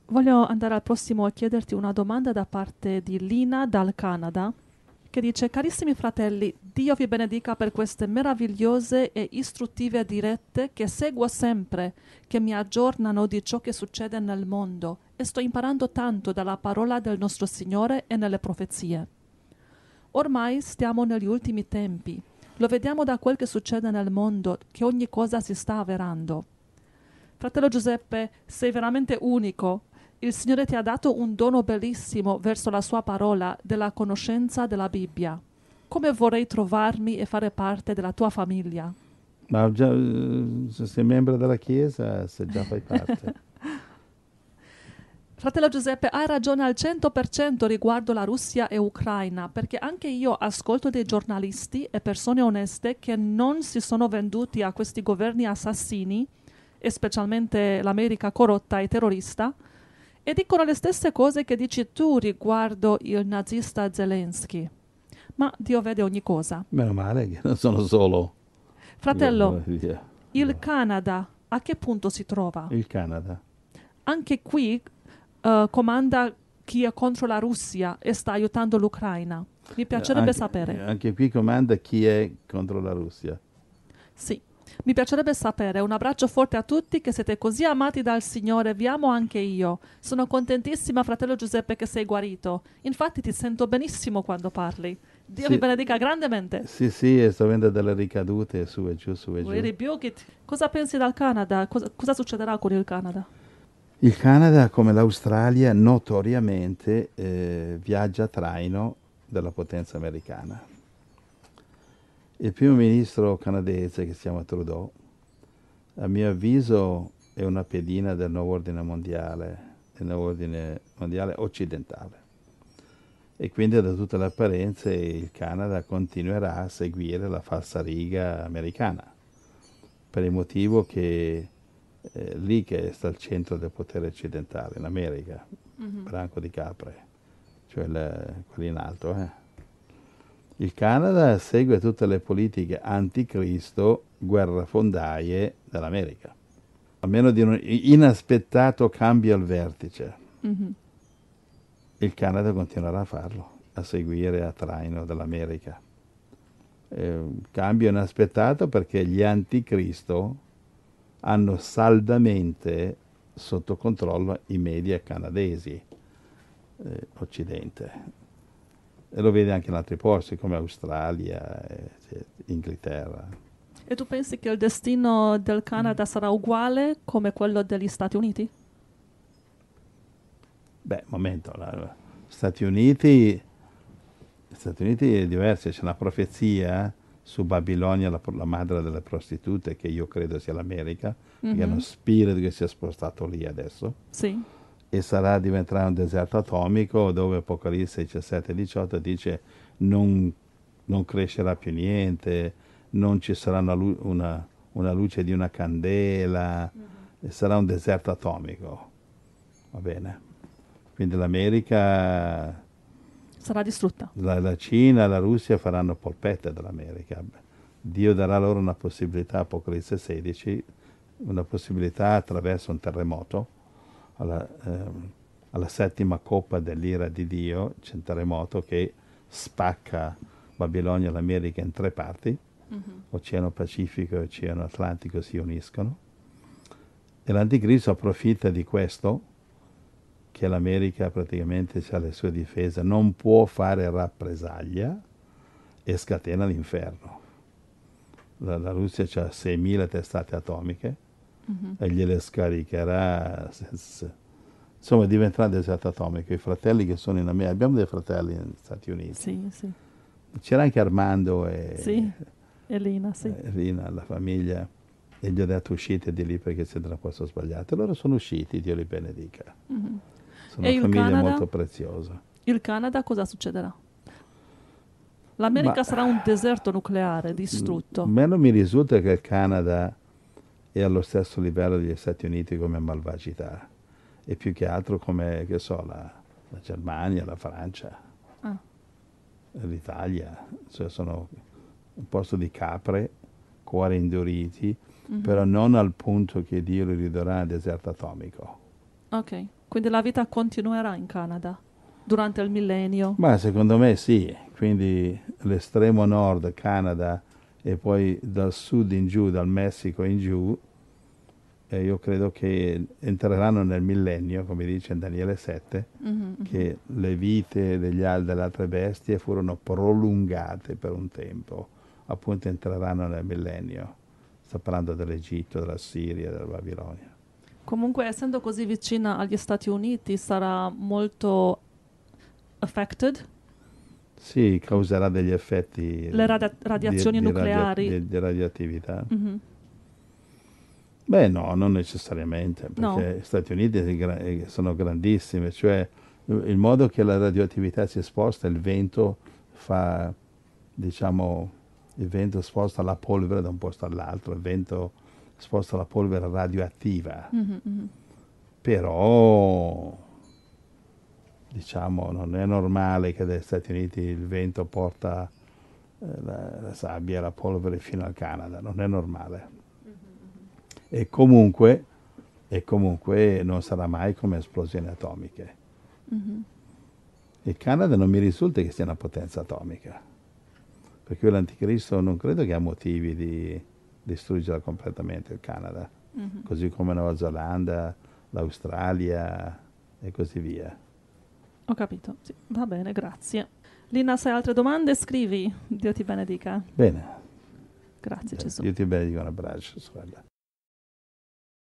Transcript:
Voglio andare al prossimo e chiederti una domanda da parte di Lina dal Canada, che dice: Carissimi fratelli, Dio vi benedica per queste meravigliose e istruttive dirette che seguo sempre, che mi aggiornano di ciò che succede nel mondo e sto imparando tanto dalla parola del nostro Signore e nelle profezie. Ormai stiamo negli ultimi tempi. Lo vediamo da quel che succede nel mondo, che ogni cosa si sta avverando. Fratello Giuseppe, sei veramente unico. Il Signore ti ha dato un dono bellissimo verso la sua parola, della conoscenza della Bibbia. Come vorrei trovarmi e fare parte della tua famiglia? Ma già, se sei membro della Chiesa, se già fai parte. Fratello Giuseppe, hai ragione al 100% riguardo la Russia e Ucraina, perché anche io ascolto dei giornalisti e persone oneste che non si sono venduti a questi governi assassini, e specialmente l'America corrotta e terrorista, e dicono le stesse cose che dici tu riguardo il nazista Zelensky. Ma Dio vede ogni cosa. Meno male che non sono solo Fratello, via. il Canada a che punto si trova? Il Canada. Anche qui comanda chi è contro la Russia e sta aiutando l'Ucraina. Mi piacerebbe sapere. Anche qui comanda chi è contro la Russia. Sì, mi piacerebbe sapere. Un abbraccio forte a tutti, che siete così amati dal Signore. Vi amo anche io. Sono contentissima, fratello Giuseppe, che sei guarito. Infatti ti sento benissimo quando parli. Dio vi benedica grandemente. Sì, sì, e sto avendo delle ricadute su e giù, su e giù. We rebuke it. Cosa pensi dal Canada? Cosa succederà con il Canada? Il Canada, come l'Australia, notoriamente viaggia a traino della potenza americana. Il primo ministro canadese, che si chiama Trudeau, a mio avviso è una pedina del nuovo ordine mondiale occidentale. E quindi da tutte le apparenze il Canada continuerà a seguire la falsariga americana, per il motivo che lì che sta il centro del potere occidentale, in America, branco di capre, cioè quelli in alto. Il Canada segue tutte le politiche anticristo, guerrafondaie dell'America. A meno di un inaspettato cambio al vertice, il Canada continuerà a farlo, a seguire a traino dell'America. Cambio inaspettato perché gli anticristo hanno saldamente sotto controllo i media canadesi, occidente. E lo vede anche in altri posti come Australia, Inghilterra. E tu pensi che il destino del Canada sarà uguale come quello degli Stati Uniti? Beh, momento, Stati Uniti è diverso, c'è una profezia su Babilonia, la madre delle prostitute, che io credo sia l'America, che è uno spirito che si è spostato lì adesso. Sì. E diventerà un deserto atomico dove Apocalisse 17-18 dice non crescerà più niente, non ci sarà una luce di una candela, e sarà un deserto atomico. Va bene? Quindi l'America sarà distrutta. La Cina e la Russia faranno polpette dell'America. Dio darà loro una possibilità, Apocalisse 16, una possibilità attraverso un terremoto. Alla settima coppa dell'ira di Dio c'è un terremoto che spacca Babilonia e l'America in 3 parti. Oceano Pacifico e Oceano Atlantico si uniscono. E l'Anticristo approfitta di questo, che l'America praticamente ha le sue difese, non può fare rappresaglia e scatena l'inferno. La Russia ha 6.000 testate atomiche e gliele scaricherà, insomma diventerà un deserto atomico. I fratelli che sono in America, abbiamo dei fratelli negli Stati Uniti. Sì, sì. C'era anche Armando e Lina, sì. Lina, la famiglia, e gli ho detto uscite di lì perché siete nel posto sbagliato. Loro sono usciti, Dio li benedica. Sono una famiglia molto preziosa. Il Canada cosa succederà? L'America sarà un deserto nucleare distrutto. A me non mi risulta che il Canada è allo stesso livello degli Stati Uniti come malvagità, e più che altro come, che so, la Germania, la Francia, l'Italia, cioè sono un posto di capre, cuori induriti, però non al punto che Dio li ridurrà nel deserto atomico. Ok, quindi la vita continuerà in Canada durante il millennio. Ma secondo me sì, quindi l'estremo nord, Canada, e poi dal sud in giù, dal Messico in giù, io credo che entreranno nel millennio, come dice in Daniele 7, Mhm, mhm. che le vite delle altre bestie furono prolungate per un tempo, appunto entreranno nel millennio. Sta parlando dell'Egitto, della Siria, della Babilonia. Comunque, essendo così vicina agli Stati Uniti, sarà molto affected. Sì, causerà degli effetti Le radiazioni nucleari. di radioattività. Mhm. Beh, no, non necessariamente, No. perché gli Stati Uniti sono grandissime, cioè il modo che la radioattività si sposta, il vento fa, diciamo, il vento sposta la polvere da un posto all'altro, il vento sposta la polvere radioattiva, Mhm, mhm. però, diciamo, non è normale che dagli Stati Uniti il vento porta la sabbia e la polvere fino al Canada, non è normale. E comunque, e comunque non sarà mai come esplosioni atomiche. Mhm. Il Canada non mi risulta che sia una potenza atomica, per cui l'anticristo non credo che ha motivi di distruggere completamente il Canada, Mhm. così come Nuova Zelanda, l'Australia e così via. Ho capito. Sì, va bene, grazie. Lina, se hai altre domande, scrivi. Dio ti benedica. Bene, Grazie, Gesù. Dio ti benedica, un abbraccio, sorella.